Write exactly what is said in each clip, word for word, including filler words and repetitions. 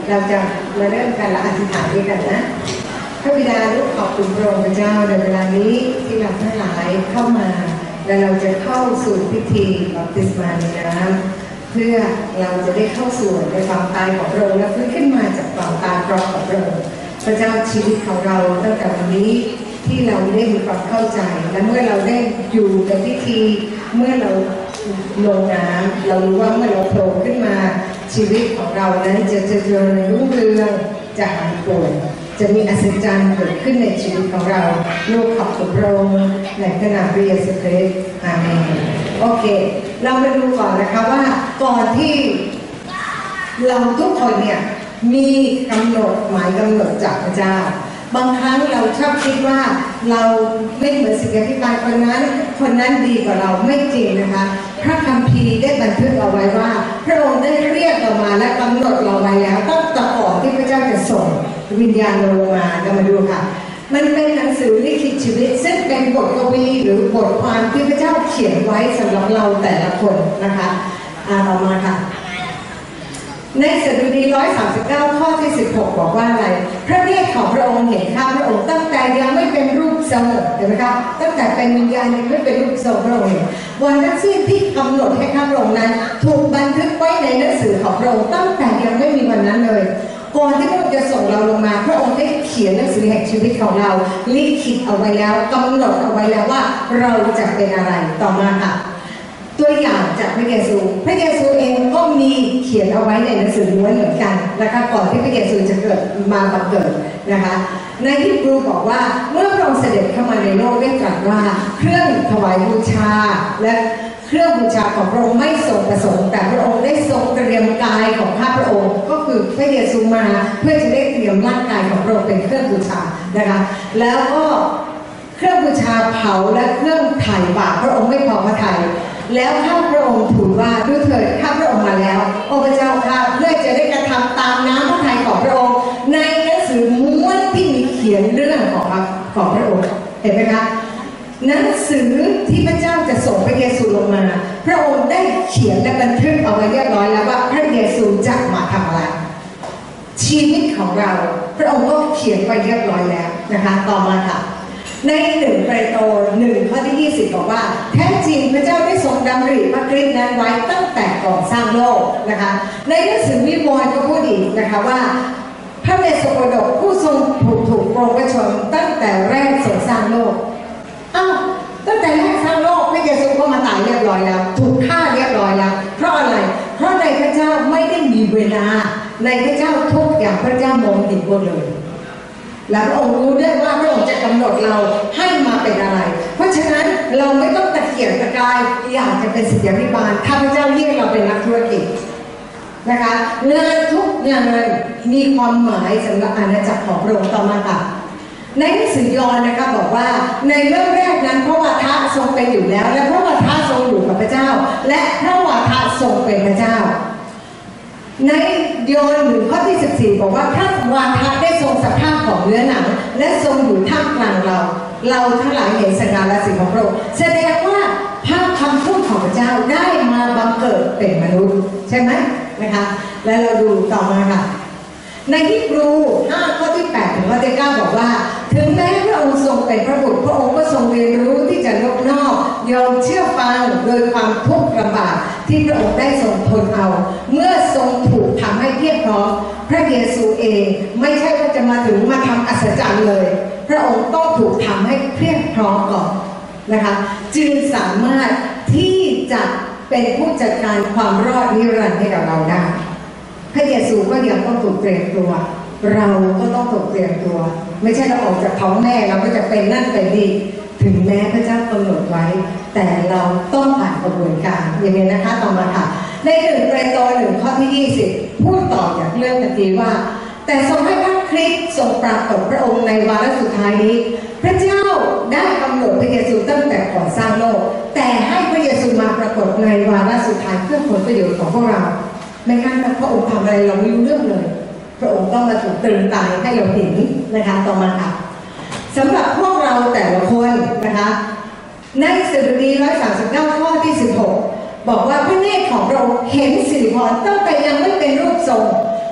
เราจะมาเริ่มการละอธิษฐานด้วยกันนะพระบิดาลูกขอบคุณพระองค์พระเจ้าในเวลานี้ที่เราทั้งหลายเข้ามาและเราจะเข้าสู่พิธีบัพติศมาในน้ำเพื่อเราจะได้เข้าสู่ในความตายของพระองค์และฟื้นขึ้นมาจากความตายพร้อมกับพระองค์พระเจ้าชีวิตของเราตั้งแต่วันนี้ที่เราได้มีความเข้าใจและเมื่อเราได้อยู่ในพิธีเมื่อเราลงน้ำเรารู้ว่าเมื่อเราโผล่ขึ้นมาชีวิตของเรานั้นจะเจริญรุ่งเรืองจะหายป่วยจะมีอัศจรรย์เกิดขึ้นในชีวิตของเราลูกขอบคุณพระองค์ในพระนามพระเยซูคริสต์อาเมนโอเคเรามาดูก่อนนะคะว่าก่อนที่เราทุกคนเนี่ยมีกำหนดหมายกำหนดจากพระเจ้าบางครั้งเราชอบคิดว่าเราไม่เหมือนศิษยาธิการคนนั้นคนนั้นดีกว่าเราไม่จริงนะคะพระคัมภีร์ได้บันทึกเอาไว้ว่าพระองค์ได้เรียกเรามาและกำหนดเราไว้แล้วตั้งแต่ก่อนที่พระเจ้าจะส่งวิญญาณลงมาเรามาดูค่ะมันเป็นหนังสือลิขิตชีวิตซึ่งเป็นบทกวีหรือบทความที่พระเจ้าเขียนไว้สำหรับเราแต่ละคนนะคะอ่านออกมาค่ะในสดุดีหนึ่งร้อยสามสิบเก้าข้อที่สิบหกบอกว่าอะไรพระเนตรของพระองค์เห็นข้าพระองค์ตั้งแต่ยังไม่เป็นรูปทรงเห็นไหมคะตั้งแต่เป็นวิญญาณยังไม่เป็นรูปทรงพระองค์วันนั้นสิ้นที่กำหนดให้ข้าพระองค์นั้นถูกบันทึกไว้ในหนังสือของพระองค์ตั้งแต่ยังไม่มีวันนั้นเลยก่อนที่พระองค์จะส่งเราลงมาพระองค์ได้เขียนหนังสือแห่งชีวิตของเราลิขิตเอาไว้แล้วกำหนดเอาไว้แล้วว่าเราจะเป็นอะไรต่อมาค่ะตัวอย่างจากพระเยซูพระเยซูเองก็มีเขียนเอาไว้ในหนังสือม้วนเหมือนกันนะคะก่อนที่พระเยซูจะเกิดมาบังเกิดนะคะในที่ครูบอกว่าเมื่อพระองค์เสด็จเข้ามาในโลกได้ตรัสว่าเครื่องถวายบูชาและเครื่องบูชาของพระองค์ไม่ทรงประสงค์แต่พระองค์ได้ทรงเตรียมกายของข้าพระองค์ก็คือพระเยซูมาเพื่อจะได้เตรียมร่างกายของพระองค์เป็นเครื่องบูชานะคะแล้วก็เครื่องบูชาเผาและเครื่องไถ่บาปพระองค์ไม่พอพระทัยแล้วข้าพระองค์ทูลว่าดูเถิดข้าพระองค์มาแล้วโอ้พระเจ้าข้าเพื่อจะได้กระทำตามน้ำพระทัยของพระองค์ในหนังสือม้วนที่มีเขียนเรื่องของของพระองค์เห็นไหมคะหนังสือที่พระเจ้าจะส่งพระเยซูลงมาพระองค์ได้เขียนและบันทึกเอาไว้เรียบร้อยแล้วว่าพระเยซูจะมาทำอะไรชีวิตของเราพระองค์ก็เขียนไว้เรียบร้อยแล้วนะคะต่อมาค่ะในหนึ่งเปโตรหนึ่งข้อที่ยี่สิบบอกว่าแท้จริงพระเจ้าได้ทรงดำริพระคริสต์นั้นไว้ตั้งแต่ก่อนสร้างโลกนะคะในหนังสือวิวรณ์ก็พูดอีกนะคะว่าพระเมสสโปดกผู้ทรงถูกถูกโปรดประชนตั้งแต่แรกทรงสร้างโลกอ้าวตั้งแต่แรกสร้างโลกพระเยซูก็มาตายเรียบร้อยแล้วถูกฆ่าเรียบร้อยแล้วเพราะอะไรเพราะในพระเจ้าไม่ได้มีเวลาในพระเจ้าทุกอย่างพระเจ้ามองเห็นหมดเลยและพระองค์รู้ด้วยว่าพระองค์จะกำหนดเราให้มาเป็นอะไรเพราะฉะนั้นเราไม่ต้องตะเกียกตะกายอยากจะเป็นศิษยาภิบาลข้าพเจ้าเรียกเราเป็นนักธุรกิจนะคะงานทุกงานมีความหมายสำหรับอาณาจักรของพระองค์ต่อมาค่ะในหนังสือยอห์นนะคะบอกว่าในเริ่มแรกนั้นพระวาทะทรงเป็นอยู่แล้วและพระวาทะทรงอยู่กับพระเจ้าและพระวาทะทรงเป็นพระเจ้าในยอห์นหนึ่งข้อที่สิบสี่บอกว่าพระวาทะได้ทรงสภาพของเนื้อหนังและทรงอยู่ท่ามกลางเราเราทั้งหลายเห็นสง่าราศีของพระองค์แสดงว่าพระคำพูดของพระเจ้าได้มาบังเกิดเป็นมนุษย์ใช่ไหมนะคะและเราดูต่อมาค่ะในฮีบรูห้าข้อที่แปดถึงข้อที่เก้าบอกว่าถึงแม้พระองค์ทรงเป็นพระบุตรพระองค์ก็ทรงเรียนรู้ที่จะนอบน้อมยอมเชื่อฟังโดยความทุกข์ลำบากที่พระองค์ได้ทรงทนเอาเมื่อทรงถูกทำให้เพียบพร้อมพระเยซูเองไม่ใช่ว่าจะมาถึงมาทำอัศจรรย์เลยพระองค์ต้องถูกทำให้เพียบพร้อมก่อนนะคะจึงสามารถที่จะเป็นผู้จัดการความรอดนิรันดร์ให้กับเราได้พระเยซูก็ยังต้องถูกเตรียมตัวเราก็ต้องถูกเตรียมตัวไม่ใช่เราออกจากท้องแม่เราก็จะเป็นนั่นเป็นนี่ถึงแม้พระเจ้ากำหนดไว้แต่เราต้องผ่านกระบวนการอย่างนี้นะคะต่อมาค่ะในหนึ่งเปโตรหนึ่งข้อที่ยี่สิบพูดต่อจากเรื่องตะกี้ว่าแต่ทรงให้พระคริสต์ทรงปรากฏพระองค์ในวาระสุดท้ายนี้พระเจ้าได้กำหนดพระเยซูตั้งแต่ก่อนสร้างโลกแต่ให้พระเยซูมาปรากฏในวาระสุดท้ายเพื่อผลประโยชน์ของพวกเราไม่งั้นพระองค์ทำอะไรเราไม่รู้เรื่องเลยพระองค์ต้องมาถูกตรึงตายให้เราเห็นนะคะต่อมาค่ะสำหรับพวกเราแต่ละคนนะคะในสดุดีหนึ่งร้อยสามสิบเก้าข้อที่สิบหกบอกว่าพระเนตรของเราเห็นสิริพรตั้งแต่ยังไม่เป็นรูปทรง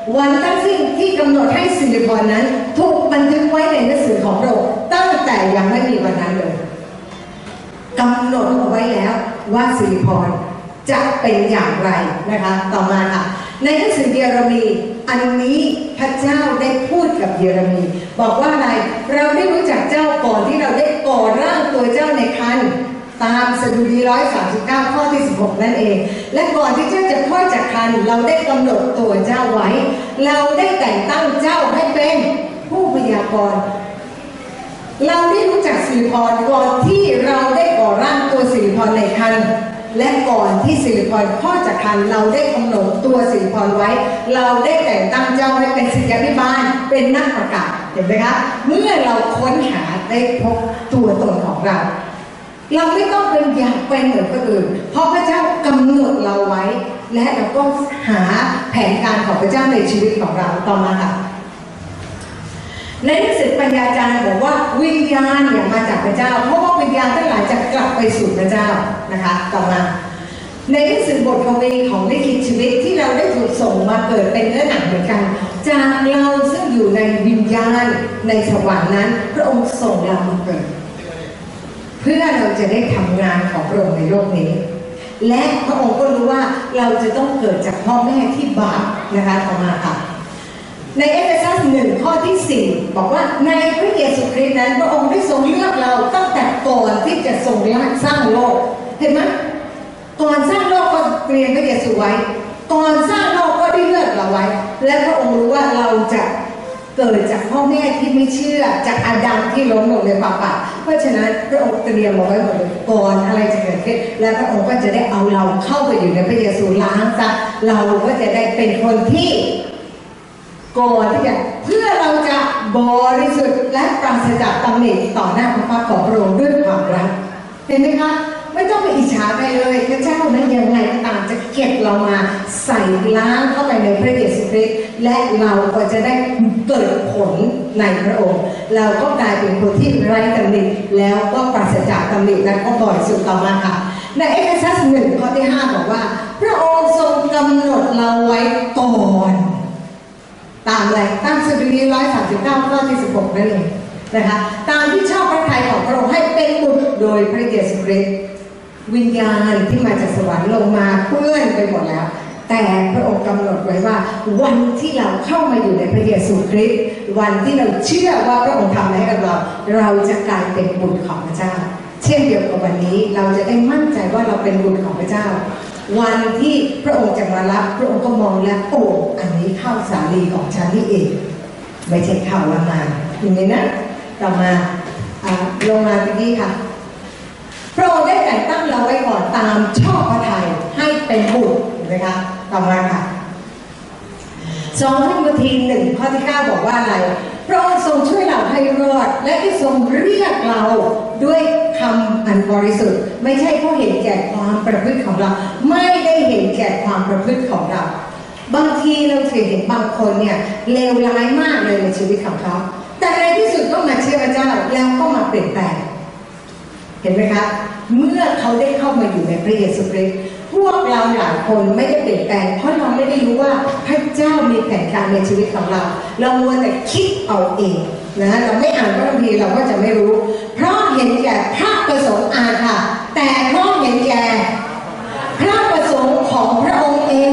วันตั้งสิ้นที่กำหนดให้สิริพรนั้นถูกบันทึกไว้ในหนังสือของพระองค์ตั้งแต่ยังไม่มีวันนั้นเลยกำหนดเอาไว้แล้วว่าสิริพรจะเป็นอย่างไรนะคะต่อมาค่ะในหนังสือเยเรมีอันนี้พระเจ้าได้พูดกับเยเรมีบอกว่าอะไรเราได้รู้จักเจ้าก่อนที่เราได้ก่อร่างตัวเจ้าในครรภ์ตามสดุดีร้อยสามสิบเก้าข้อที่สิบหกนั่นเองและก่อนที่เจ้าจะคลอดจากครรภ์เราได้กำหนดตัวเจ้าไว้เราได้แต่งตั้งเจ้าให้เป็นผู้พยากรณ์เราได้รู้จักสิริพรก่อนที่เราได้ก่อร่างตัวสิริพรในครรภ์และก่อนที่สิริพรคลอดจากครรภ์เราได้กำหนดตัวสิริพรไว้เราได้แต่งตั้งเจ้าให้เป็นศิษยาภิบาลเป็นนักประกาศเห็นไหมคะเมื่อเราค้นหาได้พบตัวตนของเราเราไม่ต้องเป็นอยากเป็นเหมือนคนอื่นเพราะพระเจ้ากำหนดเราไว้และเราก็หาแผนการของพระเจ้าในชีวิตของเราต่อมาค่ะในหนังสือปัญญาจารย์บอกว่าวิญญาณเนี่ยมาจากพระเจ้าเพราะว่าวิญญาณทั้งหลายจะกลับไปสู่พระเจ้านะคะต่อมาในหนังสือบทกวีของลิขิตชีวิตที่เราได้ถูกส่งมาเกิดเป็นเนื้อหนังเหมือนกันจากเราซึ่งอยู่ในวิญญาณในสวรรค์นั้นพระองค์ส่งเรามาเกิดเพื่อเราจะได้ทำงานของพระองค์ในโลกนี้และพระองค์ก็รู้ว่าเราจะต้องเกิดจากพ่อแม่ที่บาปนะคะต่อมาค่ะในเอเฟซัสหนึ่งข้อที่สี่บอกว่าในพระเยซูคริสต์นั้นพระองค์ได้ทรงเลือกเราตั้งแต่ก่อนที่จะทรงสร้างโลกเห็นไหมก่อนสร้างโลกก็เตรียมพระเยซูไว้ก่อนสร้างโลกก็ได้เลือกเราไว้และพระองค์รู้ว่าเราจะเกิดจากพ่อแม่ที่ไม่เชื่อจากอาดัมที่ล้มลงในความบาปเพราะฉะนั้นพระองค์เตรียมเอาไว้หมดเลยก่อนอะไรจะเกิดขึ้นและพระองค์ก็จะได้เอาเราเข้าไปอยู่ในพระเยซูล้างซะเราก็จะได้เป็นคนที่ก่อนที่จะเพื่อเราจะบริสุทธิ์และปราศจากตำหนิต่อหน้าพระพักของพระองค์ด้วยความรักเห็นไหมคะไม่ต้องไปอิจฉาใครเลยพระเจ้านั้นยังไงก็ตามจะเก็บเรามาใส่ล้างเข้าไปในพระเยซูคริสต์และเราก็จะได้เกิดผลในพระองค์เราก็กลายเป็นคนที่ไร้ตำหนิแล้วก็ปราศจากตำหนิและก็บริสุทธิ์ต่อมาค่ะในเอเฟซัสหนึ่งข้อที่ห้าบอกว่าพระองค์ทรงกำหนดเราไว้ก่อนตามอะไรตามสดุดีร้อยสามสิบเก้าข้อที่สิบหกนั่นเองนะคะตามที่ชอบพระทัยของพระองค์ให้เป็นบุตรโดยพระเยซูคริสต์วิญญาณที่มาจากสวรรค์ลงมาเปื้อนไปหมดแล้วแต่พระองค์กำหนดไว้ว่าวันที่เราเข้ามาอยู่ในพระเยซูคริสต์วันที่เราเชื่อว่าพระองค์ทำให้กับเราเราจะกลายเป็นบุตรของพระเจ้าเช่นเดียวกับวันนี้เราจะได้มั่นใจว่าเราเป็นบุตรของพระเจ้าวันที่พระองค์จะมารับพระองค์ก็มองและโอ้อันนี้ข้าวสาลีของฉันนี่เองไม่ใช่ข้าวละมานอย่างนี้นะต่อมาลงมาตรงนี้ค่ะพระองค์ได้แต่งตั้งเราไว้ก่อนตามชอบพระทัยให้เป็นบุตรนะคะต่อมาค่ะสองทิโมธีหนึ่งข้อที่เก้าบอกว่าอะไรพระองค์ทรงช่วยเราให้รอดและได้ทรงเรียกเราด้วยคำอันบริสุทธิ์ไม่ใช่เพราะเห็นแก่ความประพฤติของเราไม่ได้เห็นแก่ความประพฤติของเราบางทีเราเคยเห็นบางคนเนี่ยเลวร้ายมากเลยในชีวิตของเขาแต่ในที่สุดก็มาเชื่อพระเจ้าแล้วก็มาเปลี่ยนแปลงเห็นไหมคะเมื่อเขาได้เข้ามาอยู่ในพระเยซูคริสต์พวกเราหลายคนไม่ได้เปลี่ยนแปลงเพราะเราไม่ได้รู้ว่าพระเจ้ามีแผนการในชีวิตของเราเรามัวแต่คิดเอาเองนะเราไม่อ่านพระคัมภีร์เราก็จะไม่รู้เพราะเห็นแก่พระประสงค์อาค่ะแต่เพราะเห็นแก่พระประสงค์ของพระองค์เอง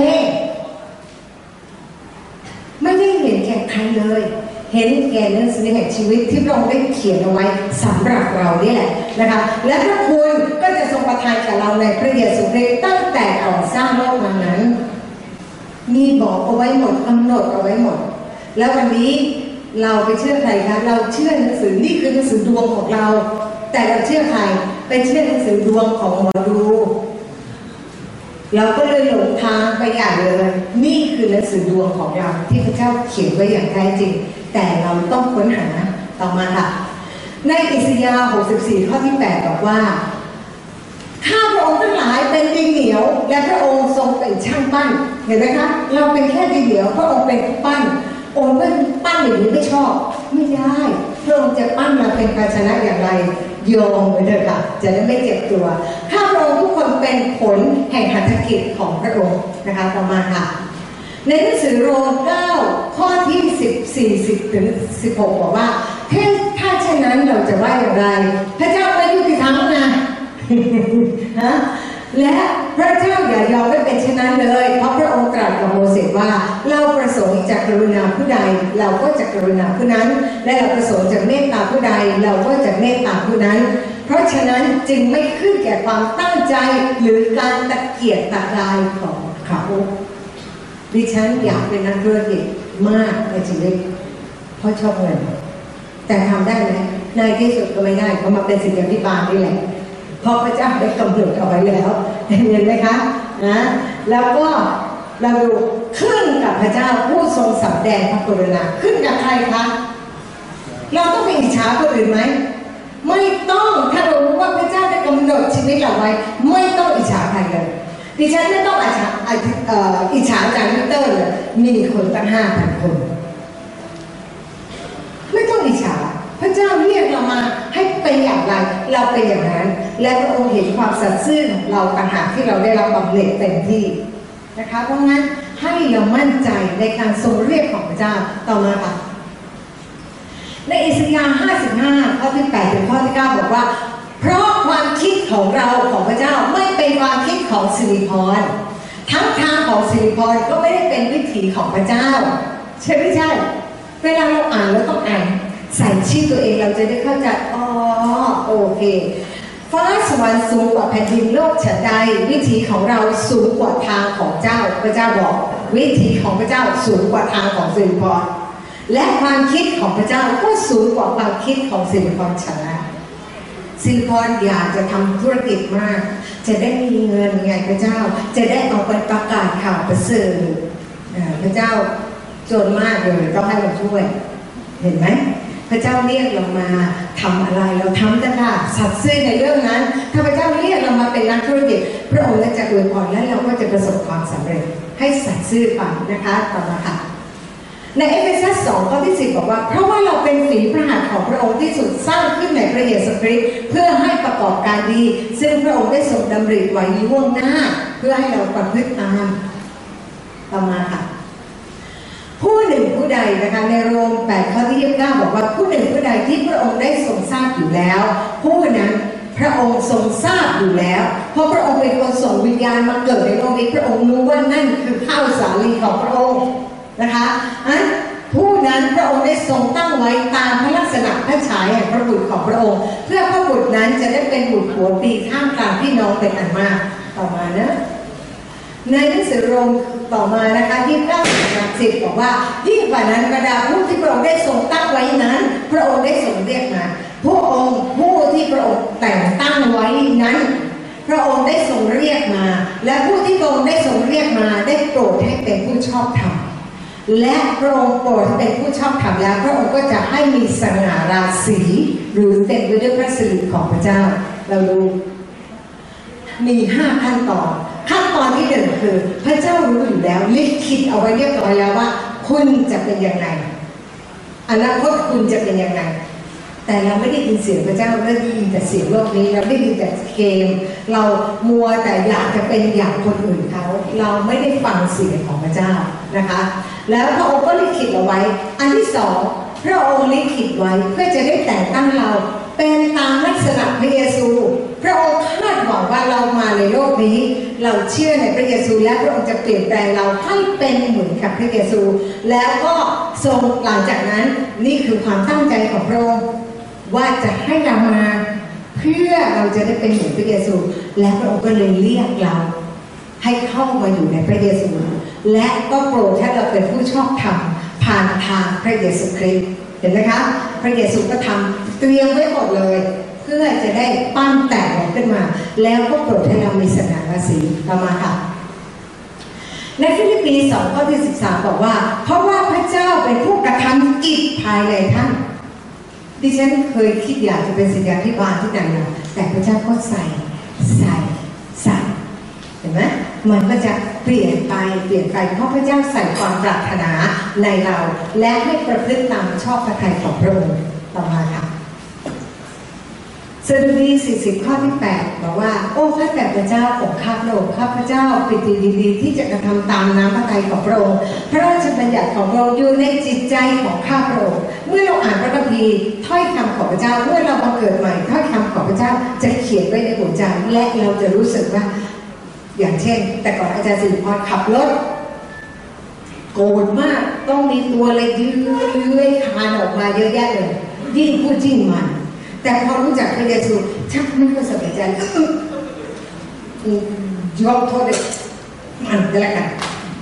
ไม่ได้เห็นแก่ใครเลยเห็นแก่หนังสือแห่งชีวิตที่พระองค์ได้เขียนเอาไว้สำหรับเรานี่แหละนะคะและพระคุณก็จะทรงประทานกับเราในพระเยซูคริสต์ตั้งแต่ก่อนสร้างโลกมานั้นมีบอกเอาไว้หมดกำหนดเอาไว้หมดแล้ววันนี้เราไปเชื่อใครคะเราเชื่อหนังสือนี่คือหนังสือดวงของเราแต่เราเชื่อใครไปเชื่อหนังสือดวงของหมอดูเราก็เลยหลงทางไปอย่างเลยนี่คือหนังสือดวงของเราที่พระเจ้าเขียนไว้อย่างแท้จริงแต่เราต้องค้นหาต่อมาค่ะในอิสยาห์หกสิบสี่ข้อที่แปดบอกว่าข้าพระองค์ทั้งหลายเป็นดินเหนียวและพระองค์ทรงเป็นช่างปั้นเห็นไหมคะเราเป็นแค่ดินเหนียวพระองค์เป็นผู้ปั้นโอ้ไม่ปั้นอย่างนี้ไม่ชอบไม่ได้พระองค์จะปั้นมาเป็นภาชนะอย่างไรโยมไปเถอะค่ะจะได้ไม่เจ็บตัวข้าพระองค์ทุกคนเป็นผลแห่งหัตถกิจของพระองค์นะคะต่อมาค่ะในหนังสือโรมเก้าข้อที่สิบสี่สิบถึงสิบหกบอกว่าถ้าเช่นนั้นเราจะว่าอย่างไรพระเจ้าไม่ยุติธรรมนะฮะและพระเจ้าอย่ายอมให้เป็นเช่นนั้นเลยเพราะพระองค์ตรัสกับโมเสสว่าเราประสงค์จะกรุณาผู้ใดเราก็จะกรุณาผู้นั้นและเราประสงค์จะเมตตาผู้ใดเราก็จะเมตตาผู้นั้นเพราะฉะนั้นจึงไม่ขึ้นแก่ความตั้งใจหรือการตะเกียกตะกายของเขาดิฉันอยากเป็นนักธุรกิจมากในชีวิตเพราะชอบเงินแต่ทำได้ไหมในที่สุดก็ไม่ได้เพราะมาเป็นสิ่งที่บานนี่แหละเพราะพระเจ้าได้กำหนดเอาไว้แล้วเห็นไหมคะนะแล้วก็เราดูขึ้นกับพระเจ้าผู้ทรงสำแดงพระกรุณาขึ้นกับใครคะเราต้องไปอิจฉาคนอื่นไหมไม่ต้องถ้าเรารู้ว่าพระเจ้าได้กำหนดชีวิตเราไว้ไม่ต้องอิจฉาใครเลยดิฉันไม่ต้องอิจฉาอิจฉาอาจารย์วิกเตอร์เลยมีคนตั้งห้าพันคนไม่ต้องอิจฉาพระเจ้าเรียกเรามาให้เป็นอย่างไรเราเป็นอย่างนั้นและพระองค์เห็นความสัตย์ซื่อของเราต่างหากที่เราได้รับบำเหน็จเต็มที่นะคะเพราะงั้นให้เรามั่นใจในการทรงเรียกของพระเจ้าต่อมาค่ะในอิสยาห์ห้าสิบห้าข้อที่แปดถึงข้อที่เก้าบอกว่าเพราะความคิดของเราของพระเจ้าไม่เป็นความคิดของสิริพรทั้งทางของสิริพรก็ไม่ได้เป็นวิถีของพระเจ้าใช่ไม่ใช่เวลาเราอ่านเราต้องอ่านใส่ชื่อตัวเองเราจะได้เข้าใจอ๋อโอเคฟ้าสวรรค์สูงกว่าแผ่นดินโลกฉันใดวิถีของเราสูงกว่าทางของเจ้าพระเจ้าบอกวิถีของพระเจ้าสูงกว่าทางของสิริพรและความคิดของพระเจ้าก็สูงกว่าความคิดของสิริพรฉันนะสิริพรอยากจะทำธุรกิจมากจะได้มีเงินไงพระเจ้าจะได้ออกไปประกาศข่าวประเสริฐพระเจ้าจนมากเลยต้องให้เราช่วยเห็นไหมพระเจ้าเรียกเรามาทำอะไรเราทำแต่ค่ะสัตย์ซื่อในเรื่องนั้นถ้าพระเจ้าเรียกเรามาเป็นนักธุรกิจพระองค์จะอวยพรและเราก็จะประสบความสำเร็จให้สัตย์ซื่อไปนะคะต่อมาค่ะในเอเฟซัสสองข้อที่สิบบอกว่าเพราะว่าเราเป็นฝีพระหัตถ์ของพระองค์ที่สุดสร้างขึ้นในพระเยซูคริสต์เพื่อให้ประกอบการดีซึ่งพระองค์ได้ทรงดำริไว้ล่วงหน้าเพื่อให้เราประพฤติตามต่อมาค่ะผู้หนึ่งผู้ใดนะคะในโรมแปดข้อที่ยี่สิบเก้าบอกว่าผู้หนึ่งผู้ใดที่พระองค์ได้ทรงทราบอยู่แล้วผู้นั้นพระองค์ทรงทราบอยู่แล้วเพราะพระองค์เป็นคนส่งวิญญาณมาเกิดในโลกนี้พระองค์รู้ว่านั่นคือข้าวสาลีของพระองค์นะคะอันผู้นั้นพระองค์ได้ทรงตั้งไว้ตามพระลักษณะพระฉายแห่งพระบุตรของพระองค์เพื่อพระบุตรนั้นจะได้เป็นบุตรหัวปีท่ามกลางพี่น้องเป็นอันมากต่อมานะในหนังสือโรมต่อมานะคะที่เก้าสิบบอกว่ายิ่งกว่านั้นบรรดาผู้ที่พระองค์ได้ทรงตั้งไว้นั้นพระองค์ได้ทรงเรียกมาผู้องค์ผู้ที่พระองค์แต่งตั้งไว้นั้นพระองค์ได้ทรงเรียกมาและผู้ที่พระองค์ได้ทรงเรียกมาได้โปรดให้เป็นผู้ชอบธรรมและพระองค์โปรดให้เป็นผู้ชอบธรรมแล้วพระองค์ก็จะให้มีสง่าราศีหรือเต็มไปด้วยพระสิริของพระเจ้าเราดูมีห้าขั้นตอนขั้นตอนที่หนึ่งคือพระเจ้ารู้อยู่แล้วลิขิตเอาไว้เรียบร้อยแล้วว่าคุณจะเป็นยังไงอนาคตคุณจะเป็นยังไงแต่เราไม่ได้ยินเสียงพระเจ้าเราได้ยินแต่เสียงโลกนี้เราได้ยินแต่เกมเรามัวแต่อยากจะเป็นอย่างคนอื่นเขาเราไม่ได้ฟังเสียงของพระเจ้านะคะแล้วพระองค์ก็ลิขิตเอาไว้อันที่สองพระองค์ลิขิตไว้เพื่อจะได้แต่งตั้งเราเป็นตามลักษณะพระเยซูพระองค์คาดหวังว่าเรามาในโลกนี้เราเชื่อในพระเยซูและพระองค์จะเปลี่ยนแปลงเราให้เป็นเหมือนกับพระเยซูแล้วก็ทรงหลังจากนั้นนี่คือความตั้งใจของพระองค์ว่าจะให้เรามาเพื่อเราจะได้เป็นเหมือนพระเยซูและพระองค์ก็เลยเรียกเราให้เข้ามาอยู่ในพระเยซูและก็โปรดให้เราเป็นผู้ชอบธรรมผ่านทางพระเยซูคริสต์เห็นไหมคะพระเยซูก็ทำเตรียมไว้หมดเลยเพื่อจะได้ปั้นแต่งเราขึ้นมาแล้วก็โปรดให้เรามีสง่าราศีต่อมาค่ะในฟิลิปปีสองข้อที่สิบสามบอกว่าเพราะว่าพระเจ้าเป็นผู้กระทำกิจภายในท่านดิฉันเคยคิดอยากจะเป็นศิษยาภิบาลที่ไหนนะแต่พระเจ้าก็ใส่ใส่ใส่เห็นไหมมันก็จะเปลี่ยนไปเปลี่ยนไปเพราะพระเจ้าใส่ความปรารถนาในเราและให้ประพฤติตามชอบพระทัยของพระองค์ต่อมาค่ะสดุดีสี่สิบข้อที่แปดบอกว่าโอ้ข้าแต่พระเจ้าของข้าพระองค์ข้าพระเจ้าปิติยินดีที่จะกระทำตามน้ำพระทัยของพระองค์พระราชบัญญัติของพระองค์อยู่ในจิตใจของข้าพระองค์เมื่อเราอ่านพระคัมภีร์ถ้อยคำของพระเจ้าเมื่อเราบังเกิดใหม่ถ้อยคำของพระเจ้าจะเขียนไว้ในหัวใจและเราจะรู้สึกว่าอย่างเช่นแต่ก่อนอาจารย์สิริพรขับรถโกรธมากต้องมีตัวอะไรยืดเลื้อยคลานออกมาเยอะแยะเลยยิ่งพูดยิ่งมันแต่พอรู้จักพระเยซูชักไม่ค่อยสบายใจยกโทษเลยมันก็แล้วกัน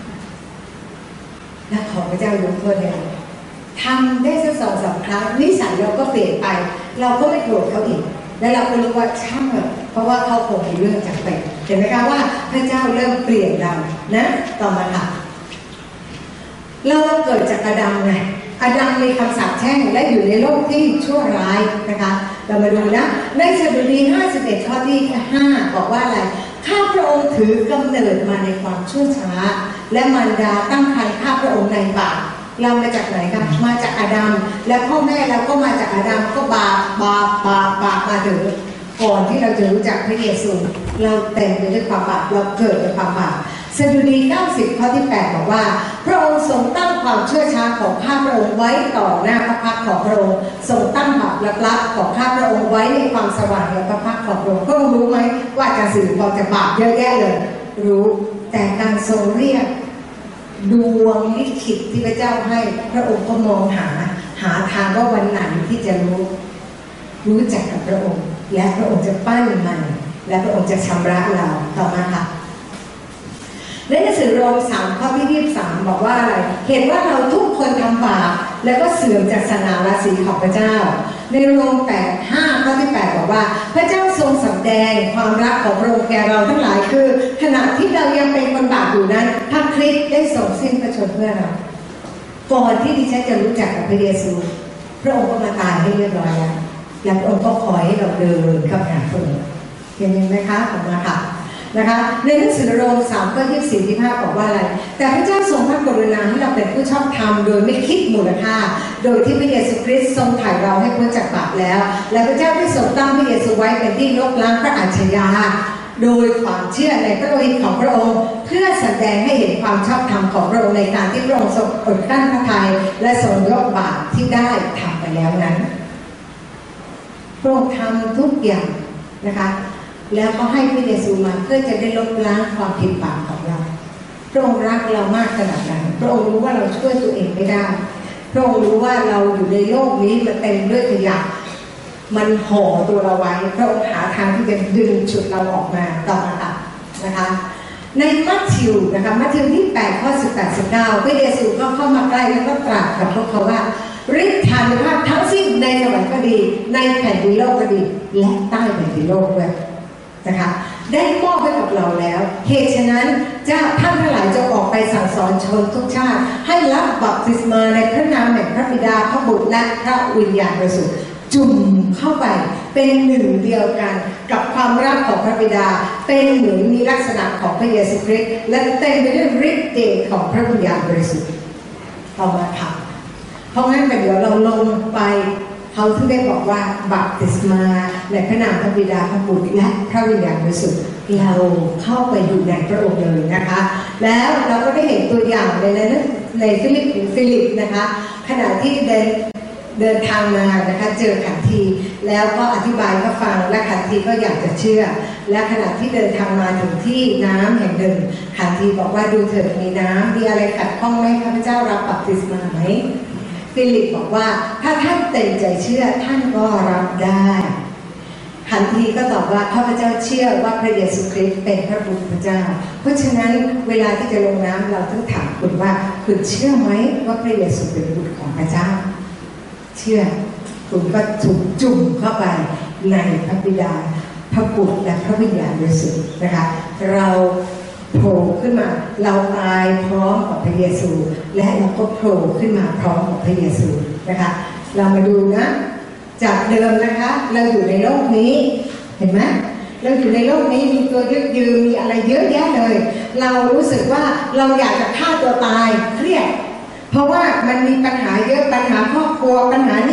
และขอพระเจ้ายกโทษให้เราทำได้สักสองสามครั้งนิสัยเราก็เปลี่ยนไปเราก็ไม่โกรธเขาอีกและเราก็รู้ว่าช่างเลยเพราะว่าเขาคงมีเรื่องจำเป็นเห็นไหมคะว่าพระเจ้าเริ่มเปลี่ยนเรานะต่อมาค่ะเราเกิดจากอาดัมไงอาดัมมีคำสาปแช่งและอยู่ในโลกที่ชั่วร้ายนะคะเรามาดูนะในสดุดีห้าสิบเอ็ดข้อที่ห้าบอกว่าอะไรข้าพระองค์ถือกำเนิดมาในความชั่วช้าและมารดาตั้งครรภ์ข้าพระองค์ในบาปเรามาจากไหนกันมาจากอาดัมและพ่อแม่เราก็มาจากอาดัมก็บาปบาปบาปบาปมาถึงก่อนที่เราจะรู้จักพระเยซูเราเต็มไปด้วยความบาปเราเกิดจากความบาปสดุดีเก้าสิบข้อที่แปดบอกว่าพระองค์ทรงตั้งความเชื่อช้าของข้าพระองค์ไว้ต่อหน้าพระพักของพระองค์ทรงตั้งบาปลับๆของข้าพระองค์ไว้ในความสว่างในพระพักของพระองค์พระองค์รู้ไหมว่าอาจารย์สิริพรจะบาปเยอะแยะเลยรู้แต่การทรงเรียกดวงลิขิตที่พระเจ้าให้พระองค์ก็มองหาหาทางว่าวันไหนที่จะรู้รู้จักกับพระองค์และพระองค์จะปั้นมันและพระองค์จะชำระเราต่อมาค่ะในหนังสือโรมสามข้อที่ยี่สิบสามบอกว่าอะไรเห็นว่าเราทุกคนทำบาปแล้วก็เสื่อมจากสง่าราศีของพระเจ้าในโรมแปดห้าข้อที่แปดบอกว่าพระเจ้าทรงสำแดงความรักของพระองค์แก่เราทั้งหลายคือขณะที่เรายังเป็นคนบาปอยู่นั้นพระคริสต์ได้ทรงสิ้นพระชนม์เพื่อเราก่อนที่ดิฉันจะรู้จักกับพระเยซูพระองค์ก็มาตายให้เรียบร้อยแล้วและพระองค์ก็คอยให้เราเดินเข้าหาพระองค์เห็นไหมคะออกมาค่ะนะคะในหนังสือโรมสามข้อยี่สิบสี่ที่ห้าบอกว่าอะไรแต่พระเจ้าทรงพระกรุณาให้เราเป็นผู้ชอบธรรมโดยไม่คิดมูลค่าโดยที่พระเยซูคริสต์ทรงไถ่เราให้พ้นจากบาปแล้วและพระเจ้าได้ทรงตั้งพระเยซูไว้เป็นที่ลบล้างพระอาชญาโดยความเชื่อในพระโลหิตของพระองค์เพื่อแสดงให้เห็นความชอบธรรมของพระองค์ในการที่พระองค์ทรงอดกลั้นพระทัยและทรงยกบาปที่ได้ทำไปแล้วนั้นพระองค์ทำทุกอย่างนะคะแล้วก็ให้พระเยซูมาเพื่อจะได้ลบล้างความผิดบาปของเราพระองค์รักเรามากขนาดนั้นพระองค์รู้ว่าเราช่วยตัวเองไม่ได้พระองค์รู้ว่าเราอยู่ในโลกนี้มันเต็มด้วยขยะมันห่อตัวเราไว้พระองค์หาทางที่จะดึงฉุดเราออกมาต่อมาค่ะนะคะในมัทธิวนะคะมัทธิวที่แปดข้อสิบแปดสิบเก้าพระเยซูก็เข้ามาใกล้แล้วก็ตรัสกับพวกเขาว่าฤทธานุภาพทั้งสิ้นในสวรรค์ก็ดีในแผ่นดินโลกก็ดีและใต้แผ่นดินโลกด้วยนะคะได้มอบให้กับเราแล้วเหตุฉะนั้นเจ้าท่านทั้งหลายจะออกไปสั่งสอนชนทุกชาติให้รับบัพติศมาในพระนามแห่งพระบิดาพระบุตรและพระวิญญาณบริสุทธิ์จุ่มเข้าไปเป็นหนึ่งเดียวกันกับความรักของพระบิดาเป็นเหมือนมีลักษณะของพระเยซูคริสต์และเต็มไปด้วยฤทธิ์เดชของพระวิญญาณบริสุทธิ์ต่อมาค่ะเพราะงั้นเดี๋ยวเราลงไปเขาถึงได้บอกว่าบัพติศมาในพระนามพระบิดาพระบุตรและพระวิญญาณบริสุทธิ์เราเข้าไปอยู่ในพระองค์เลยนะคะแล้วเราก็ได้เห็นตัวอย่างในนั้นในฟิลิปฟิลิปนะคะขณะที่เดินเดินทางมานะคะเจอขันทีแล้วก็อธิบายก็ฟังและขันทีก็อยากจะเชื่อและขณะที่เดินทางมาถึงที่น้ำแห่งหนึ่งขันทีบอกว่าดูเถิดมีน้ำมีอะไรขัดข้องไหมข้าพเจ้ารับบัพติศมาไหมฟิลิปบอกว่าถ้าท่านเต็มใจเชื่อท่านก็รับได้ขันทีก็ตอบว่าข้าพเจ้าเชื่อว่าพระเยซูคริสต์เป็นพระบุตรพระเจ้าเพราะฉะนั้นเวลาที่จะลงน้ำเราต้องถามคุณว่าคุณเชื่อไหมว่าพระเยซูเป็นบุตรของพระเจ้าเชื่อคุณก็ถูกจุ่มเข้าไปในพระบิดาพระบุตรและพระวิญญาณบริสุทธิ์นะคะเราโผล่ขึ้นมาเราตายพร้อมกับพระเยซูและเราก็โผล่ขึ้นมาพร้อมกับพระเยซูนะคะเรามาดูนะจากเดิมนะคะเราอยู่ในโลกนี้เห็นไหมเราอยู่ในโลกนี้มีตัวยึดยืนมีอะไรเยอะแยะเลยเรารู้สึกว่าเราอยากจะฆ่าตัวตายเครียดเพราะว่ามันมีปัญหาเยอะปัญหาครอบครัวปัญหาหนี้สินเ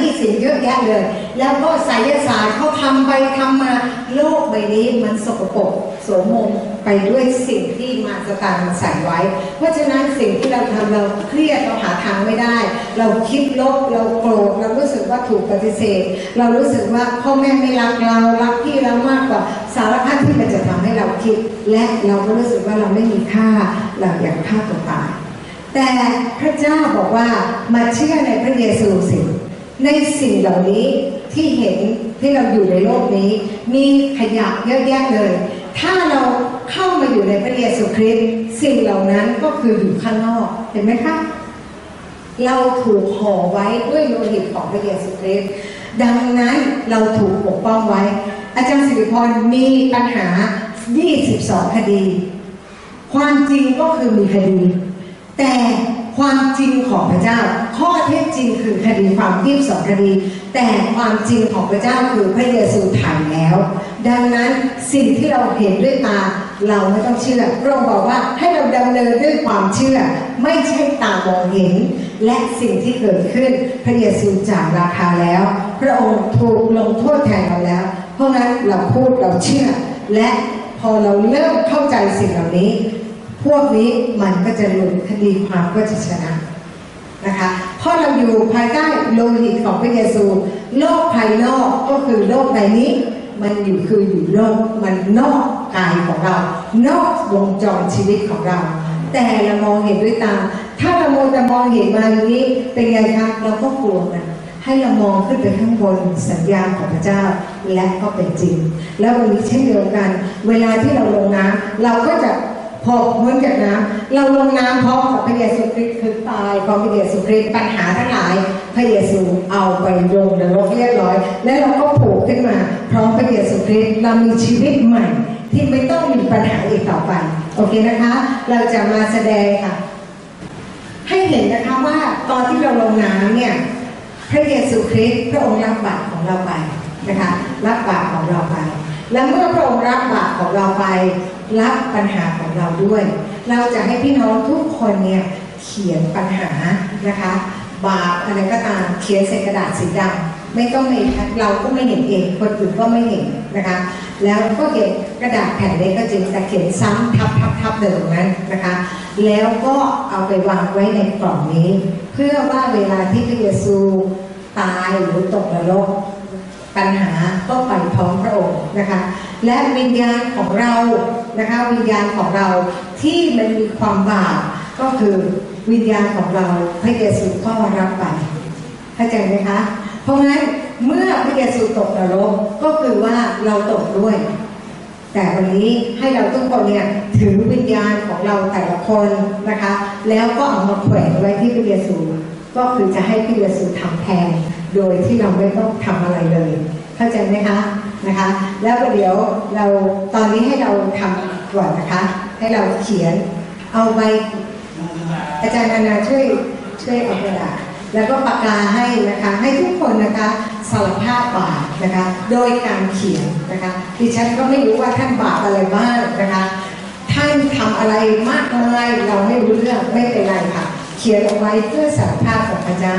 ยอะแยะเลยแล้วก็ไสยศาสตร์เขาทำไปทำมาโลกใบนี้มันสกปรกโสมมไปด้วยสิ่งที่มาสตานใส่ไว้เพราะฉะนั้นสิ่งที่เราทำเราเครียดเราหาทางไม่ได้เราคิดลบเราโกรธเรารู้สึกว่าถูกปฏิเสธเรารู้สึกว่าพ่อแม่ไม่รักเรารักพี่เรามากกว่าสารพัดที่มันจะทำให้เราคิดและเราก็รู้สึกว่าเราไม่มีค่าเราอยากฆ่าตัวตายแต่พระเจ้าบอกว่ามาเชื่อในพระเยซูสิในสิ่งเหล่านี้ที่เห็นที่เราอยู่ในโลกนี้มีขยะเยอะแยะเลยถ้าเราเข้ามาอยู่ในพระเยซูคริสต์สิ่งเหล่านั้นก็คืออยู่ข้างนอกเห็นไหมคะเราถูกห่อไว้ด้วยโลหิตของพระเยซูคริสต์ดังนั้นเราถูกปกป้องไว้อาจารย์สิริพรมีปัญหายี่สิบสองคดีความจริงก็คือมีคดีแต่ความจริงของพระเจ้าข้อเท็จจริงคือคดีความยี่สิบสองคดีแต่ความจริงของพระเจ้าคือพระเยซูไถ่แล้วดังนั้นสิ่งที่เราเห็นด้วยตาเราไม่ต้องเชื่อพระองค์บอกว่าให้เราดำเนินด้วยความเชื่อไม่ใช่ตามองเห็นและสิ่งที่เกิดขึ้นพระเยซูจ่ายราคาแล้วพระองค์ถูกลงโทษแทนเราแล้วเพราะงั้นเราพูดเราเชื่อและพอเราเริ่มเข้าใจสิ่งเหล่านี้พวกนี้มันก็จะหลุดคดีความก็จะชนะนะคะเพราะเราอยู่ภายใต้โลหิตของพระเยซูโลกภายนอกก็คือโลกใบนี้มันอยู่คืออยู่โลกมันนอกกายของเรานอกวงจรชีวิตของเราแต่เรามองเห็นด้วยตาถ้าเราโมจะมองเห็นมาอย่างนี้เป็นไงคะเราก็กลัวมันให้เรามองขึ้นไปข้างบนสัญญาณของพระเจ้าและก็เป็นจริงแล้ววันนี้เช่นเดียวกันเวลาที่เราลงน้ำเราก็จะพอพ้นจากน้ำเราลงน้ำพร้อมกับพระเยซูคริสต์คือตายพร้อมพระเยซูคริสต์ปัญหาทั้งหลายพระเยซูเอาไปลงนรกเรียบร้อยและเราก็โผล่ขึ้นมาพร้อมพระเยซูคริสต์เรามีชีวิตใหม่ที่ไม่ต้องมีปัญหาอีกต่อไปโอเคนะคะเราจะมาแสดงค่ะให้เห็นนะคะว่าตอนที่เราลงน้ำเนี่ยพระเยซูคริสต์พระองค์รับบาปของเราไปนะคะรับบาปของเราไปและเมื่อพระองค์รับบาปของเราไปรับปัญหาของเราด้วยเราจะให้พี่น้องทุกคนเนี่ยเขียนปัญหานะคะบาปอะไรก็ตามเขียนใส่กระดาษสีดำไม่ต้องในเราก็ไม่เห็นเองคนอื่นก็ไม่เห็นนะคะแล้วก็เขียนกระดาษแผ่นเล็กก็จริงแต่เขียนซ้ำทับทับทับเดิมนั้นนะคะแล้วก็เอาไปวางไว้ในกล่องนี้เพื่อว่าเวลาที่พระเยซูตายหรือตกนรกปัญหาก็ไปพร้อมพระองค์นะคะและวิญญาณของเรานะคะวิญญาณของเราที่มันมีความบาปก็คือวิญญาณของเราพระเยซูก็รับไปเข้าใจไหมคะเพราะงั้นเมื่อพระเยซูตกนรกก็คือว่าเราตกด้วยแต่วันนี้ให้เราทุกคนเนี่ยถือวิญญาณของเราแต่ละคนนะคะแล้วก็เอามาแขวนไว้ที่พระเยซูก็คือจะให้พระเยซูทำแทนโดยที่เราไม่ต้องทำอะไรเลยเข้าใจไหมคะนะคะแล้วเดี๋ยวเราตอนนี้ให้เราทำก่อนนะคะให้เราเขียนเอาใบอาจารย์นานาช่วยช่วยเอากระดาษแล้วก็ปากกาให้นะคะให้ทุกคนนะคะสารภาพบาปนะคะโดยการเขียนนะคะดิฉันก็ไม่รู้ว่าท่านบาปอะไรบ้างนะคะท่านทำอะไรมากมายเราไม่รู้เรื่องไม่เป็นไรค่ะเขียนเอาไว้เพื่อสารภาพของพระเจ้า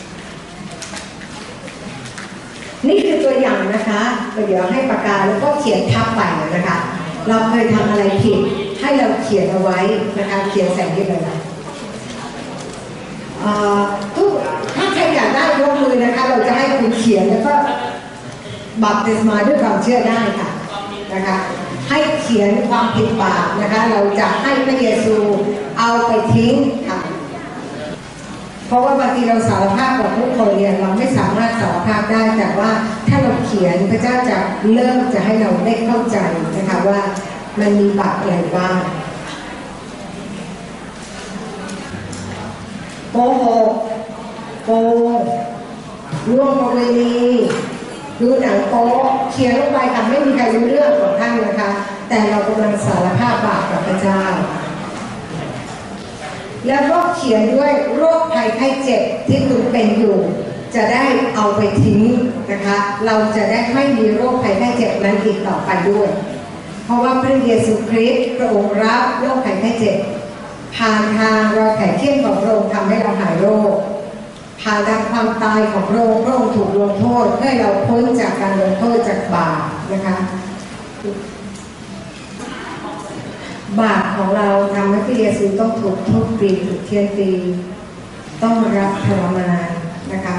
นี่คือตัวอย่างนะคะเดี๋ยวให้ปากกาแล้วก็เขียนทับไปนะคะเราเคยทำอะไรผิดให้เราเขียนเอาไว้นะคะเขียนใส่ที่เลยทุกถ้าใครอยากได้ยกมือนะคะเราจะให้คุณเขียนแล้วก็บัพติศมาด้วยความเชื่อได้ค่ะนะคะให้เขียนความผิดบาปนะคะเราจะให้พระเยซูเอาไปทิ้งค่ะเพราะว่าบางทีเราสารภาพกับทุกคนเนี่ยเราไม่สามารถสารภาพได้แต่ว่าถ้าเราเขียนพระเจ้าจะเริ่มจะให้เราได้เข้าใจนะคะว่ามันมีบาปอะไรบ้างโกหกโกงล่วงประเวณีดูหนังโป๊เขียนลงไปค่ะไม่มีใครรู้เรื่องของท่านนะคะแต่เรากำลังสารภาพบาปกับพระเจ้าแล้วก็เขียนด้วยโรคภัยไข้เจ็บที่คุณเป็นอยู่จะได้เอาไปทิ้งนะคะเราจะได้ไม่มีโรคภัยไข้เจ็บนั้นอีกต่อไปด้วยเพราะว่าพระเยซูคริสต์พระองค์รับโรคภัยไข้เจ็บผ่านทางรอยแผลเขี้ยนของพระองค์ทำให้เราหายโรคผ่านทางความตายของพระองค์พระองค์ถูกลงโทษให้เราพ้นจากการลงโทษจากบาปนะคะบาปของเราทำให้พระเยซูต้องถูกทุบตีถูกเฆี่ยนตีต้องรับทรมานนะคะ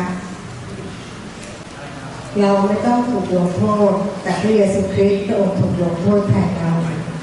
เราไม่ต้องถูกลงโทษแต่พระเยซูคริสต์พระองค์ถูกลงโทษแทนเรา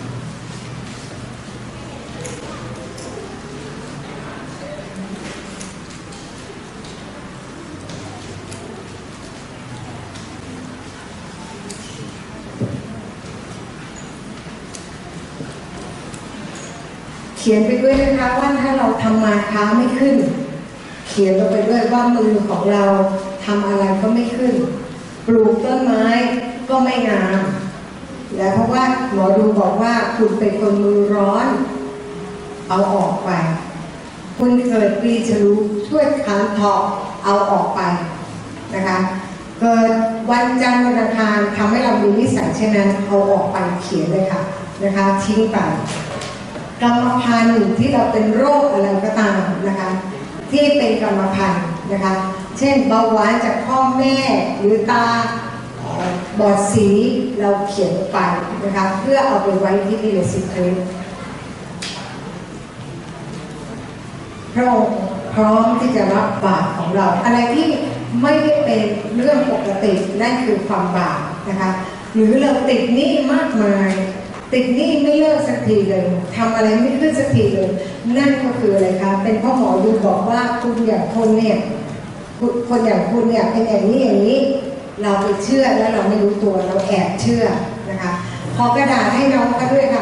เขียนไปด้วยนะคะว่าถ้าเราทำมาค้าไม่ขึ้นเขียนลงไปด้วยว่ามือของเราทำอะไรก็ไม่ขึ้นปลูกต้นไม้ก็ไม่งามและเพราะว่าหมอดูบอกว่าคุณเป็นคนมือร้อนเอาออกไปคุณเกิดปีฉลูช่วยขันทอกเอาออกไปนะคะเกิดวันจันทร์วันอังคารทำให้เรามีนิสัยเช่นนั้นเอาออกไปเขียนเลยค่ะนะคะทิ้งไปกรรมพันธุ์ที่เราเป็นโรคอะไรก็ตามนะคะที่เป็นกรรมพันธุ์นะคะเช่นเบาหวานจากพ่อแม่หรือตาบอดสีเราเขียนไปนะคะเพื่อเอาไปไว้ที่พระเยซูคริสต์พระองค์พร้อมที่จะรับบาปของเราอะไรที่ไม่ได้เป็นเรื่องปกตินั่นคือความบาปนะคะหรือเราติดหนี้มากมายติดหนี้ไม่เลิกสักทีเลยทำอะไรไม่ขึ้นสักทีเลยนั่นก็คืออะไรคะเป็นเพราะหมอดูบอกว่าคุณอย่างคนเนี่ยคนอย่างคุณเนี่ยเป็นอย่างนี้อย่างนี้เราไปเชื่อแล้วเราไม่รู้ตัวเราแอบเชื่อนะคะขอกระดาษให้น้องกันด้วยค่ะ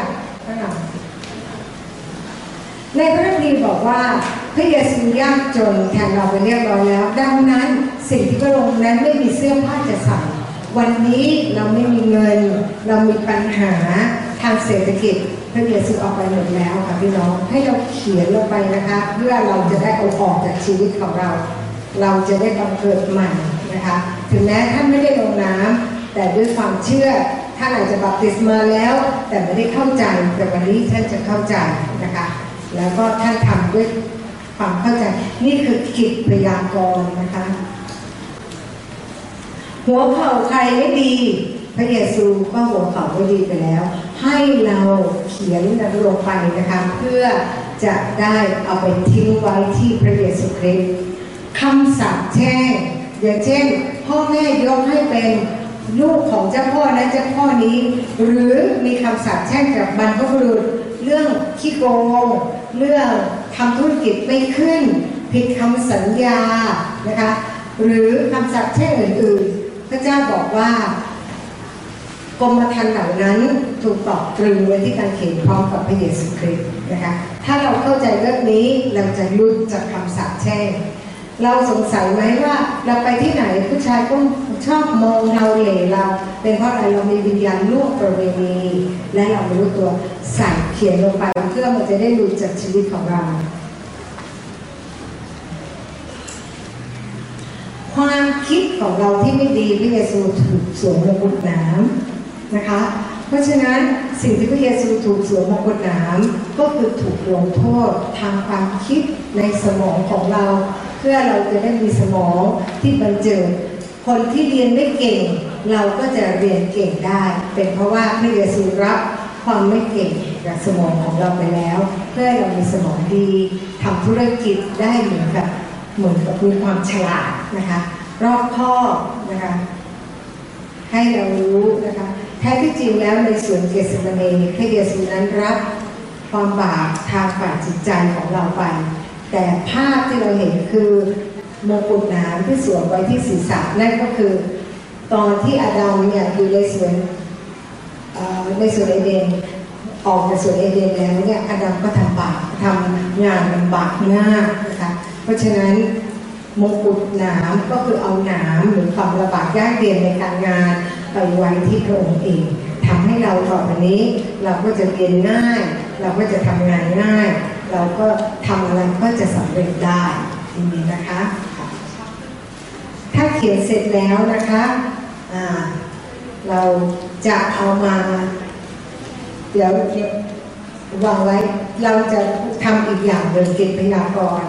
ในพระคัมภีร์บอกว่าพระเยซูยากจนแทนเราไปเรียบร้อยแล้วดังนั้นสิ่งที่พระองค์นั้นไม่มีเสื้อผ้าจะใส่วันนี้เราไม่มีเงินเรามีปัญหาทางเศรษฐกิจพระเยซูเอาไปหมดแล้วค่ะพี่น้องให้เราเขียนลงไปนะคะเพื่อเราจะได้เอาออกจากชีวิตของเราเราจะได้บังเกิดใหม่นะคะถึงแม้ท่านไม่ได้ลงน้ำแต่ด้วยความเชื่อท่านอาจจะบัพติศมาแล้วแต่ไม่ได้เข้าใจแต่วันนี้ท่านจะเข้าใจนะคะแล้วก็ท่านทำด้วยความเข้าใจนี่คือกิจพยากรณ์นะคะหัวเข่าใครไม่ดีพระเยซูก็หัวเข่าไม่ดีไปแล้วให้เราเขียนนั้นลงไปนะคะเพื่อจะได้เอาไปทิ้งไว้ที่พระเยซูคริสต์คำสาปแช่งอย่างเช่นพ่อแม่ยกให้เป็นลูกของเจ้าพ่อและเจ้าพ่อนี้หรือมีคำสาปแช่งจากบรรพบุรุษเรื่องขี้โกงเรื่องทำธุรกิจไม่ขึ้นผิดคำสัญญานะคะหรือคำสาปแช่งอื่นๆพระเจ้าบอกว่ากรมธรรม์เหล่านั้นถูกตอกตรึงไว้ที่กางเขนพร้อมกับพระเยซูคริสต์นะคะถ้าเราเข้าใจเรื่องนี้เราจะหลุดจากคำสาปแช่งเราสงสัยไหมว่าเราไปที่ไหนผู้ชายก็ชอบมองเราเหล่เราเป็นเพราะอะไรเรามีวิญญาณล่วงประเวณีและเราไม่รู้ตัวใส่เขียนลงไปเพื่อมันจะได้หลุดจากชีวิตของเราความคิดของเราที่ไม่ดีพระเยซูถูกสวมมงกุฎหนามนะคะเพราะฉะนั้นสิ่งที่พระเยซูถูกสวมมงกุฎหนามก็คือถูกลงโทษทางความคิดในสมองของเราเพื่อเราจะได้มีสมองที่บันเจิดคนที่เรียนไม่เก่งเราก็จะเรียนเก่งได้เป็นเพราะว่าพระเยซูรับความไม่เก่งจากสมองของเราไปแล้วเพื่อเรามีสมองดีทำธุรกิจได้เหมือนกับเหมือนกับมีความฉลาดนะคะรอบคอบนะคะให้เรารู้นะคะแท้ที่จริงแล้วในส่วนเกสมานีพระเยซูนั้นรับความบาปทางฝ่ายจิตใจของเราไปแต่ภาพที่เราเห็นคือมงกุฎหนามที่สวมไว้ที่ศีรษะนั่นก็คือตอนที่อาดัมเนี่ยอยู่ในสวนในสวนเอเดนออกจากสวนเอเดนแล้วเนี่ยอาดัมก็ทำบาปทำงานลำบากมากนะคะเพราะฉะนั้นมงกุฎหนามก็คือเอาหนามหรือความลำบากยากเย็นในการงานไปไว้ที่พระองค์เองทำให้เราต่อไปนี้เราก็จะเรียนง่ายเราก็จะทำงานง่ายเราก็ทำอะไรก็จะสำเร็จได้ดีนะคะถ้าเขียนเสร็จแล้วนะคะเราจะเอามาเดี๋ยววางไว้เราจะทำอีกอย่างหนึ่งเก็บพยากรณ์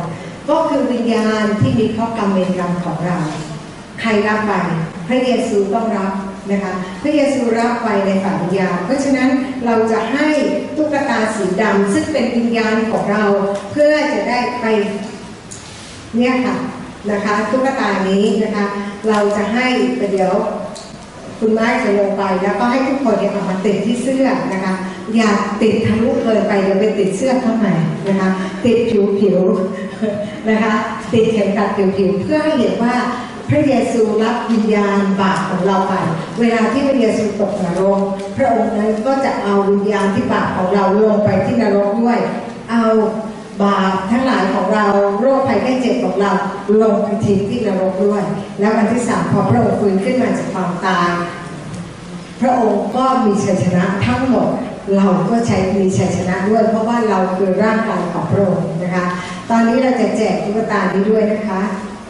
ก็คือวิญญาณที่มีข้อกรรมเวรกรรมของเราใครรับไปพระเยซูต้องรับนะคะพระเยซูรับไปในฝ่ายวิญญาณเพราะฉะนั้นเราจะให้ตุ๊กตาสีดำซึ่งเป็นวิญญาณของเราเพื่อจะได้ไปเนี่ยค่ะนะคะตุ๊กตานี้นะคะเราจะให้ประเดี๋ยวคุณแม่จะลงไปแล้วก็ให้ทุกคนเนี่ยเอามาติดที่เสื้อนะคะอย่าติดทะลุเกินไปเดี๋ยวไปติดเสื้อข้างในนะคะติดผิวผิวนะคะติดเข็มขัดผิวผิวเพื่อให้เห็นว่าพระเยซูรับวิญญาณบาปของเราไปเวลาที่พระเยซูตกนรกพระองค์นั้นก็จะเอาวิญญาณที่บาปของเราลงไปที่นรกด้วยเอาบาปทั้งหลายของเราโรคภัยไข้เจ็บของเราลงไปทิ้งที่นรกด้วยแล้ววันที่สามพอพระองค์ฟื้นขึ้นมาจากความตายพระองค์ก็มีชัยชนะทั้งหมดเราก็ใช้มีชัยชนะด้วยเพราะว่าเราคือร่างกายของพระองค์นะคะตอนนี้เราจะแจกตุ๊กตานี้ด้วยนะคะ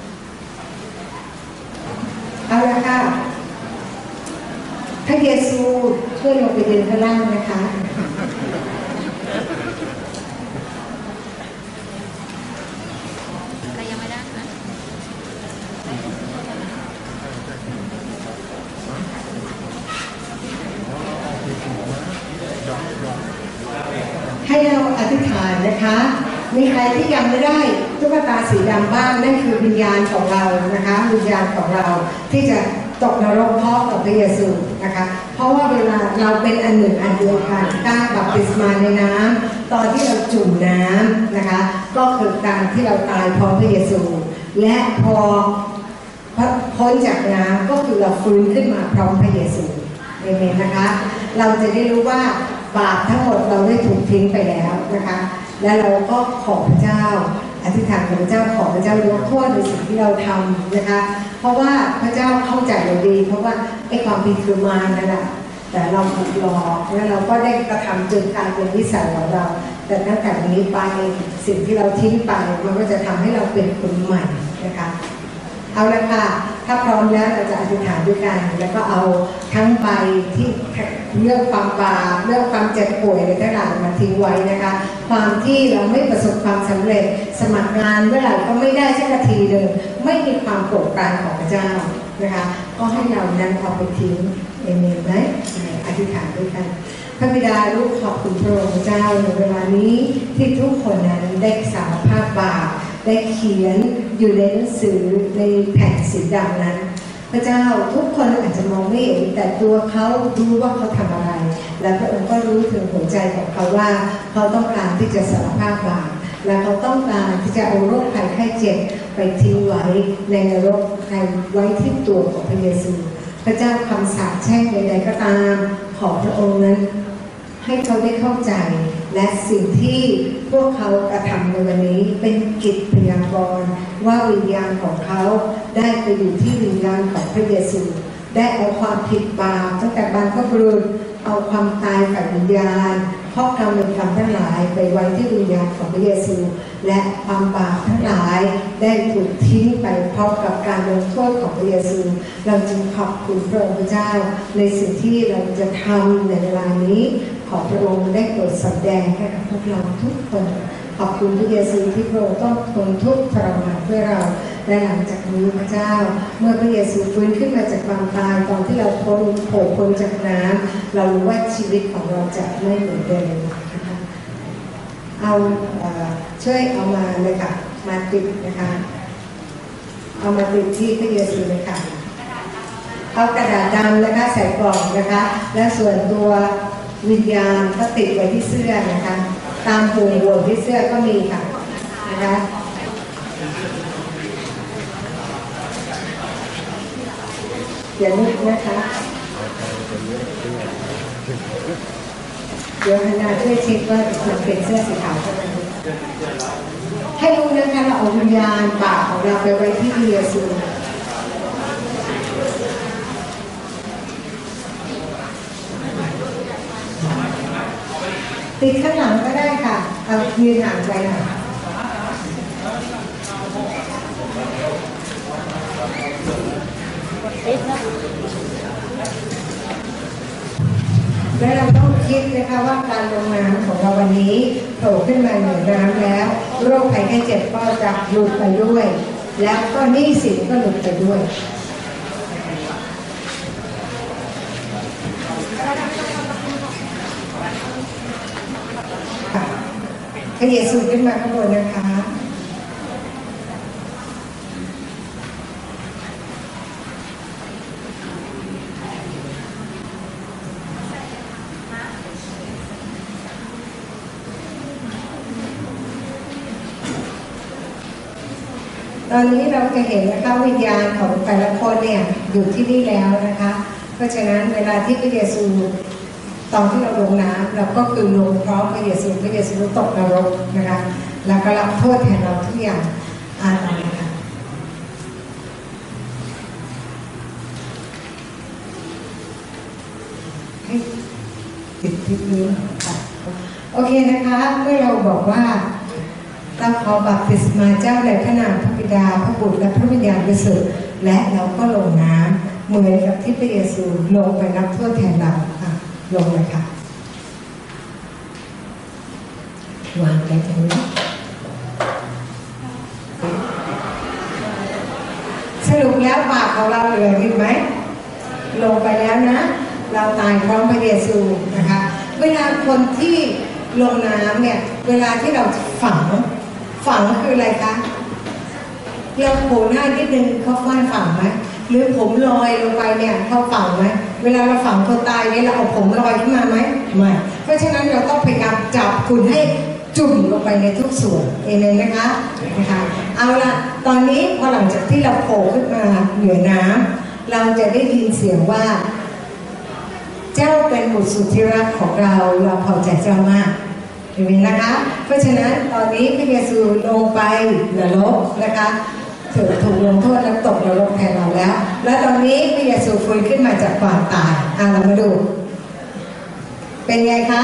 เอาละค่ะพระเยซูช่วยลงไปเดินข้างล่างนะคะอะไรยังไม่ได้นะให้เราอธิษฐานนะคะมีใครที่ยังไม่ได้ตุ๊กตาสีดำบ้างนั่นคือวิญญาณของเรานะคะวิญญาณของเราที่จะตกนรกเพราะกับพระเยซูนะคะเพราะว่าเวลาเราเป็นอันหนึ่งอันเดียวกันการบัพติศมาในน้ำตอนที่เราจุ่มน้ำนะคะก็คือการที่เราตายพร้อมพระเยซูและพอพ้นจากน้ำก็คือเราฟื้นขึ้นมาพร้อมพระเยซูเอเมนนะคะเราจะได้รู้ว่าบาปทั้งหมดเราได้ถูกทิ้งไปแล้วนะคะและเราก็ขอพระเจ้าอธิษฐานกับพระเจ้าขอพระเจ้ายกโทษในสิ่งที่เราทำนะคะเพราะว่าพระเจ้าเข้าใจเราดีเพราะว่าไอ้ความผิดคือมารนั่นแหละแต่เราถูกหลอกและเราก็ได้กระทำจนกลายเป็นวิสัยของเราแต่ตั้งแต่นี้ไปสิ่งที่เราทิ้งไปมันก็จะทำให้เราเป็นคนใหม่นะคะเอาละค่ะถ้าพร้อมแล้วเราจะอธิษฐานด้วยกันแล้วก็เอาทั้งใบที่เรื่องความบาปเรื่องความเจ็บป่วยอะไรต่างๆมาทิ้งไว้นะคะความที่เราไม่ประสบความสำเร็จสมัครงานเมื่อไหร่ก็ไม่ได้สักทีเดิมไม่มีความโปรดปรานของพระเจ้านะคะก็ให้เรานั้นเอาไปทิ้งเอเมนไหมอธิษฐานด้วยกันพระบิดาลูกขอบคุณพระองค์เจ้าในเวลานี้ที่ทุกคนนั้นได้สารภาพบาปได้เขียนอยู่ในหนังสือในแผ่นสีดำนั้นพระเจ้าทุกคนอาจจะมองไม่เห็นแต่ตัวเขารู้ว่าเขาทำอะไรและพระองค์ก็รู้ถึงหัวใจของเขาว่าเขาต้องการที่จะสารภาพบาปและเขาต้องการที่จะเอาโรคภัยไข้เจ็บไปทิ้งไว้ในนรกในไว้ที่ตัวของพระเยซูพระเจ้าคำสาปแช่งใดๆก็ตามขอพระองค์นั้นให้เขาได้เข้าใจและสิ่งที่พวกเขากระทำในวันนี้เป็นกิจพยากรณ์ว่าวิญญาณของเขาได้ไปอยู่ที่วิญญาณของพระเยซูได้เอาความผิดบาปตั้งแต่บรรพบุรุษเอาความตายฝ่ายวิญญาณข้อกรรมเป็นคำทั้งหลายไปไว้ที่วิญญาณของพระเยซูและความบาปทั้งหลายได้ถูกทิ้งไปพร้อมกับการลงโทษของพระเยซูเราจึงขอบคุณพระองค์พระเจ้าในสิ่งที่เราจะทำในเวลานี้ขอพระองค์ได้โปรดแสดงให้กับพวกเราทุกคนขอบคุณพระเยซูที่พระองค์ต้องทนทุกข์ทรมานเพื่อเราและหลังจากนี้พระเจ้าเมื่อพระเยซูฟื้นขึ้นมาจากความตายตอนที่เราพ้นโผล่พ้นจากน้ำเรารู้ว่าชีวิตของเราจะไม่เหมือนเดิมนะคะเอาช่วยเอามาเลยค่ะมาติดนะคะเอามาติดที่พระเยซูเลยค่ะเอากระดาษดำนะคะใส่กล่องนะคะและส่วนตัววิญญาณก็ติดไว้ที่เสื้อนะคะตามหูหัวที่เสื้อก็มีค่ะนะคะอย่านึกนะคะเดี๋ยวคณะช่วยเช็คว่ามันเป็นเสื้อสีขาวเท่านั้นให้รู้นะคะเราเอาวิญญาณบาปของเราไปไว้ที่พระเยซูติดข้างหลังก็ได้ค่ะเอายืนห่างไปหน่อยแล้วเราต้องคิดนะคะว่าการลงน้ำของเราวันนี้โผล่ขึ้นมาเหนือน้ำแล้วโรคภัยไข้เจ็บก็จะหลุดไปด้วยแล้วก็หนี้สินก็หลุดไปด้วยพระเยซูขึ้นมาข้างบนนะคะตอนนี้เราจะเห็นนะคะวิญญาณของแต่ละคนเนี่ยอยู่ที่นี่แล้วนะคะเพราะฉะนั้นเวลาที่พระเยซูตอนที่เราลงน้ำเราก็คือลงพร้อมพระเยซูพระเยซูตกนรกนะคะแล้วก็รับโทษแทนเราทุกอย่างอาตายค่ะให้ติดทิศนี้ค่ะโอเคนะคะเมื่อเราบอกว่าเราขอบัพติศมาเจ้าในพระนามพระบิดาพระบุตรและพระวิญญาณบริสุทธิ์และเราก็ลงน้ำเหมือนกับที่พระเยซูลงไปรับโทษแทนเราค่ะลงเลยค่ะวางไว้ตรงนี้สรุปแล้วบาปของเราเหลืออีกไหมลงไปแล้วนะเราตายพร้อมพระเยซูนะคะเวลาคนที่ลงน้ำเนี่ยเวลาที่เราฝังฝังคืออะไรคะเราโผล่หน้านิดนึงเขาฟาดฝังไหมหรือผมลอยลงไปเนี่ยเขาฝังไหมเวลาเราฝังคนตายเนี่ยเราเอาผมลอยขึ้นมาไหมไม่เพราะฉะนั้นเราต้องพยายามจับคุณให้จุ่มลงไปในทุกส่วนเองเลยนะคะนะคะเอาละตอนนี้พอหลังจากที่เราโผล่ขึ้นมาเหนือน้ำเราจะได้ยินเสียงว่าเจ้าเป็นบุตรสุดที่รักของเราเราพอใจเจ้ามากเห็นไหมนะคะเพราะฉะนั้นตอนนี้พระเยซูลงไปนรกนะคะถูกถูกลงโทษและตกนรกแทนเราแล้วและตอนนี้พระเยซูฟื้นขึ้นมาจากความตายอ่ะเรามาดูเป็นไงคะ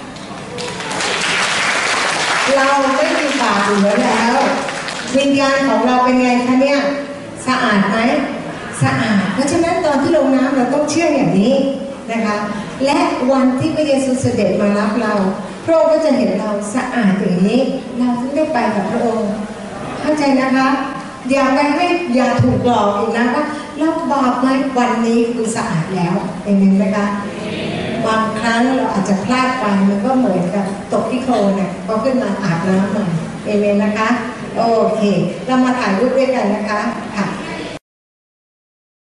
เราไม่มีบาปเหลือแล้ววิญญาณของเราเป็นไงคะเนี่ยสะอาดไหมสะอาดเพราะฉะนั้นตอนที่ลงน้ำเราต้องเชื่ออย่างนี้นะคะและวันที่พระเยซูเสด็จมารับเราพระองค์ก็จะเห็นเราสะอาดอย่างนี้เราถึงได้ไปกับพระองค์เข้าใจนะคะอย่าไปให้อย่าถูกหลอกอีกนะว่าเราบาปไหมวันนี้คือสะอาดแล้วเห็นไหมคะบางครั้งเราอาจจะพลาดไปมันก็เหมือนกับตกที่โคลนเนี่ยพอขึ้นมาอาบน้ำใหม่เอเมนนะคะโอเคเรามาถ่ายรูปด้วยกันนะคะค่ะ